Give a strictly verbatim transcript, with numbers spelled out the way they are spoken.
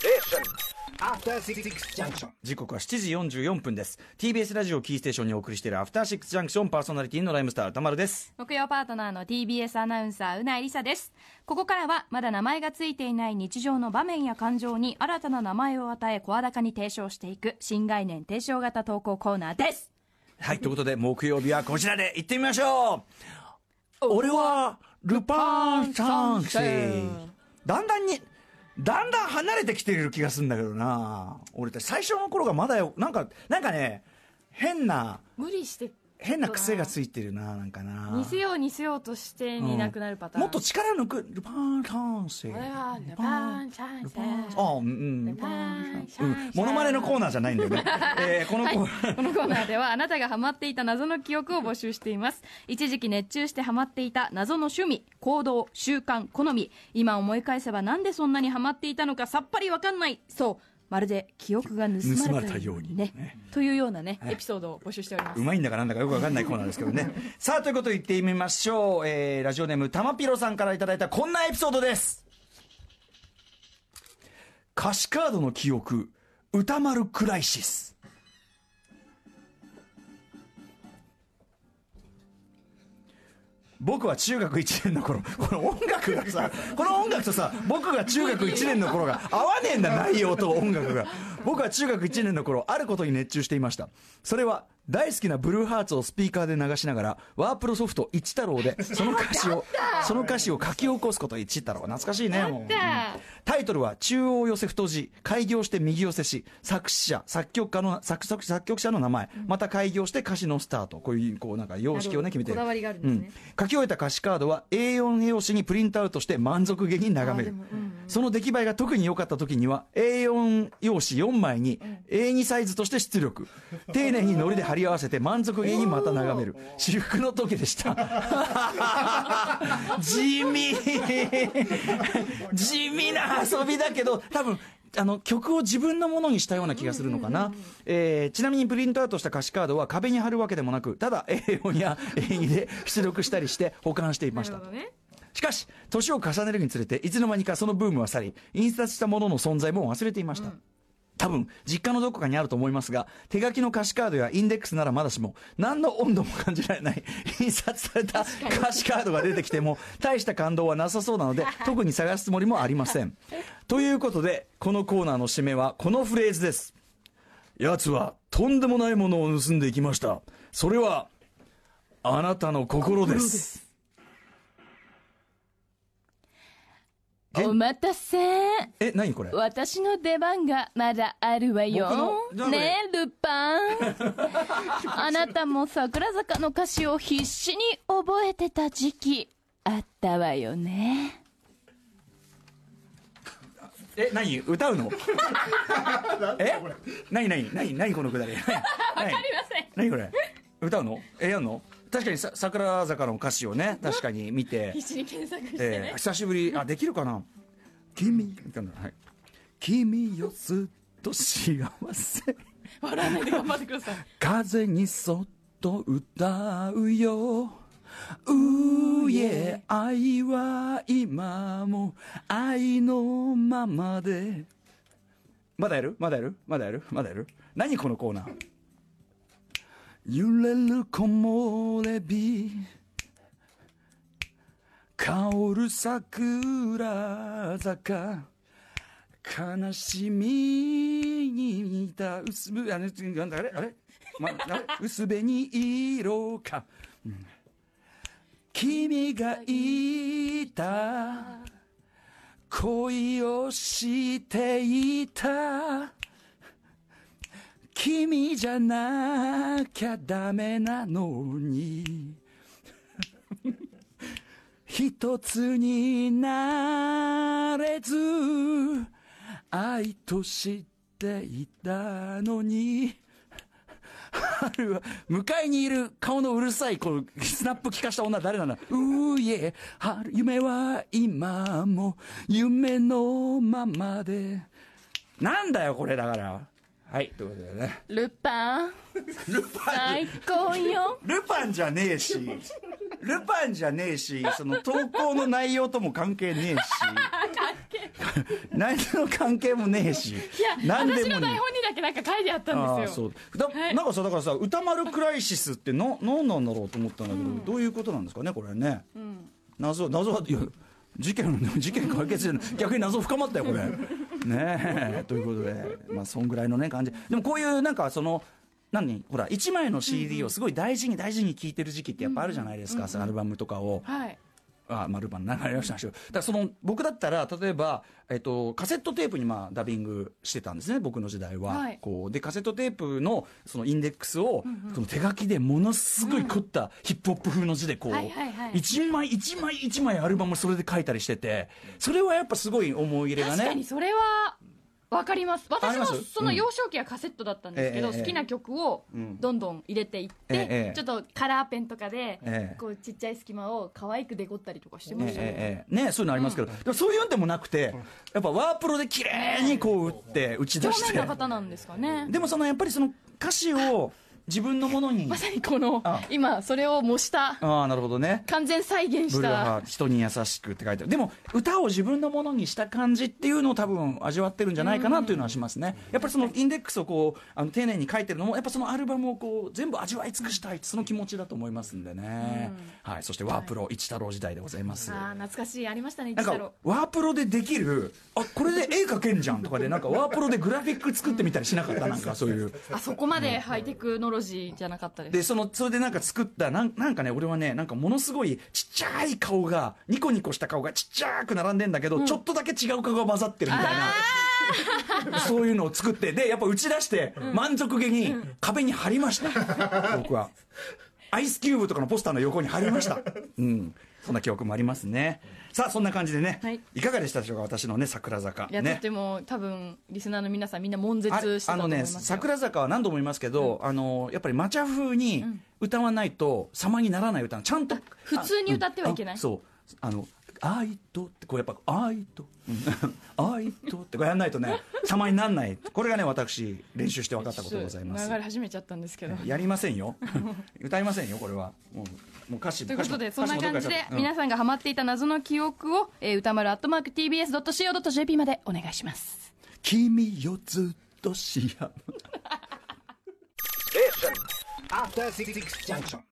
アフターシックスジャンクション。 時刻はしちじよんじゅうよんぷんです。 ティービーエス ラジオキーステーションにお送りしているアフターシックスジャンクション、パーソナリティのライムスター歌丸です。 木曜パートナーの ティービーエス アナウンサーうないりさです。ここからはまだ名前がついていない日常の場面や感情に新たな名前を与え声高に提唱していく新概念提唱型投稿コーナーです。 はい、ということで木曜日はこちらで行ってみましょう。俺はルパン三世。だんだんにだんだん離れてきてる気がするんだけどな。俺たち最初の頃がまだよ、なんかなんかね、変な無理して変な癖がついてるな、なんかな。 似せよう似せようとしてになくなるパターン、 うん、もっと力抜く。ルパン三世。 俺はルパン三世。 あ、うんうんルパン三世。モノマネのコーナーじゃないんだよね。えー、このコーナー、 はい、このコーナーではあなたがハマっていた謎の記憶を募集しています。一時期熱中してハマっていた謎の趣味、行動、習慣、好み、今思い返せばなんでそんなにハマっていたのかさっぱりわかんない、そうまるで記憶が盗まれたようにね、ねというようなね、エピソードを募集しております。 うまいんだかなんだかよくわかんないコーナーですけどね。さあ、ということで言ってみましょう。えー、ラジオネームたまぴろさんからいただいたこんなエピソードです。歌詞カードの記憶、歌丸クライシス。僕は中学いちねんの頃、この音楽がさ、この音楽とさ、僕が中学いちねんの頃が合わねえんだ、内容と音楽が。僕は中学いちねんの頃、あることに熱中していました。それは大好きなブルーハーツをスピーカーで流しながら、ワープロソフト一太郎でその歌詞をその歌詞を書き起こすこと。一太郎懐かしいね。もう、うん、タイトルは中央寄せ太字、開業して右寄せし、作詞者作曲家の 作, 作, 作曲者の名前、また開業して歌詞のスタート、こういうこうなんか様式をね決めてる。 こだわりがあるんですね。 うん、書き終えた歌詞カードは エーよん 用紙にプリントアウトして満足げに眺める、うんうん、その出来栄えが特に良かった時には エーよん 用紙よんまいに エーに サイズとして出力、丁寧に糊で貼り合わせて満足げにまた眺める至福の時でした。地味地味な遊びだけど、多分あの曲を自分のものにしたような気がするのかな、えー、ちなみにプリントアウトした歌詞カードは壁に貼るわけでもなく、ただ エーよん や エーに で出力したりして保管していました。ね、しかし年を重ねるにつれていつの間にかそのブームは去り、印刷したものの存在も忘れていました。うん、多分実家のどこかにあると思いますが、手書きの歌詞カードやインデックスならまだしも何の温度も感じられない印刷された歌詞カードが出てきても大した感動はなさそうなので特に探すつもりもありません。ということでこのコーナーの締めはこのフレーズです。奴はとんでもないものを盗んでいきました。それはあなたの心です。 お待たせ。 え、何これ？ 私の出番がまだあるわよ。ねえ、ルパン。あなたも桜坂の歌詞を必死に覚えてた時期あったわよね。 え、何歌うの？え？何何何何このくだり？わかりません。 何これ？歌うの？え、やんの？確かにさ桜坂の歌詞をね、確かに見て必死に検索してね、 えー、久しぶり、あ、できるかな。君、はい、君よずっと幸せ笑わないで頑張ってください。 風にそっと歌うよ、うえ愛は今も愛のままで。まだやるまだやるまだやるまだやる何このコーナー。揺れる木漏れ日、香る桜坂、悲しみに似た薄ぶあれなんだあれあれ、ま、あれ薄紅色か、うん、君がいた恋をしていた君じゃなきゃダメなのに一つになれず愛と知っていたのに、春は向かいにいる顔のうるさいこのスナップ聞かした女誰なんだ。うーえ春夢は今も夢のままで。なんだよこれだからはいということでね、 ルパンルパン最高よ。 ルパンじゃねえしルパンじゃねえし、その投稿の内容とも関係ねえし何の関係もねえし、 いや何でもねえ私の台本にだけなんか書いてあったんですよ。 あそうだ、 はいなんかさだからさ歌丸クライシスってな何なんだろうと思ったんだけど、うん、どういうことなんですかねこれね、うん、謎謎はいや事件事件解決じゃない逆に謎深まったよこれねえということで、まあそんぐらいのね感じでも、こういうなんかその何ほらいちまいの シーディー をすごい大事に大事に聴いてる時期ってやっぱあるじゃないですか、うんうん、アルバムとかを、はいあまあ、ルパン流れましたけど、だからその僕だったら例えば、えっと、カセットテープにまあダビングしてたんですね僕の時代は、はい、こうでカセットテープのそのインデックスを、うんうん、その手書きでものすごい凝ったヒップホップ風の字でこう、はいはいはい、一枚一枚一枚アルバムそれで書いたりしてて、それはやっぱすごい思い入れがね。 確かにそれはわかります。私もその幼少期はカセットだったんですけど、うん、好きな曲をどんどん入れていって、ええ、ちょっとカラーペンとかで、ええ、こうちっちゃい隙間を可愛くデコったりとかしてましたね、 ええね、そういうのありますけど、うん、でもそういうんでもなくてやっぱワープロで綺麗にこう打って打ち出して、 表面の方なんですかね。 でもそのやっぱりその歌詞を自分のものにまさにこの今それを模したああなるほどね完全再現したブルーハー人に優しくって書いてある。でも歌を自分のものにした感じっていうのを多分味わってるんじゃないかなというのはしますね。やっぱりそのインデックスをこうあの丁寧に書いてるのもやっぱそのアルバムをこう全部味わい尽くしたいその気持ちだと思いますんでね、はい、そしてワープロ一太郎時代でございます。 あ懐かしいありましたね。 なんかワープロでできるあこれで絵描けんじゃんとかでなんかワープロでグラフィック作ってみたりしなかったなんかそういうあそこまでハイテクノロジーじゃなかったでそのそれでなんか作ったなんなんかね俺はねなんかものすごいちっちゃい顔がニコニコした顔がちっちゃく並んでんだけど、うん、ちょっとだけ違う顔が混ざってるみたいなそういうのを作ってでやっぱ打ち出して満足げに壁に貼りました、うん、僕はアイスキューブとかのポスターの横に貼りました、うん、そんな記憶もありますね。さあそんな感じでね、はい、いかがでしたでしょうか私のね桜坂。 いや、ね、とても多分リスナーの皆さんみんな悶絶してたと思いますよ。 あのね桜坂は何度も言いますけど、うん、あのやっぱりマチャ風に歌わないと様にならない歌ちゃんと普通に歌ってはいけない、 うん、そうあの愛とってこうやっぱ愛と愛とってこうやんないとね様になんない。これがね私練習して分かったことでございます。 流れ始めちゃったんですけどやりませんよ歌いませんよこれはもうもう歌詞ということでそんな感じで皆さんがハマっていた謎の記憶を、えー、歌丸アットマーク ティービーエスドットシーオードットジェーピー までお願いします。 君よずっと幸せ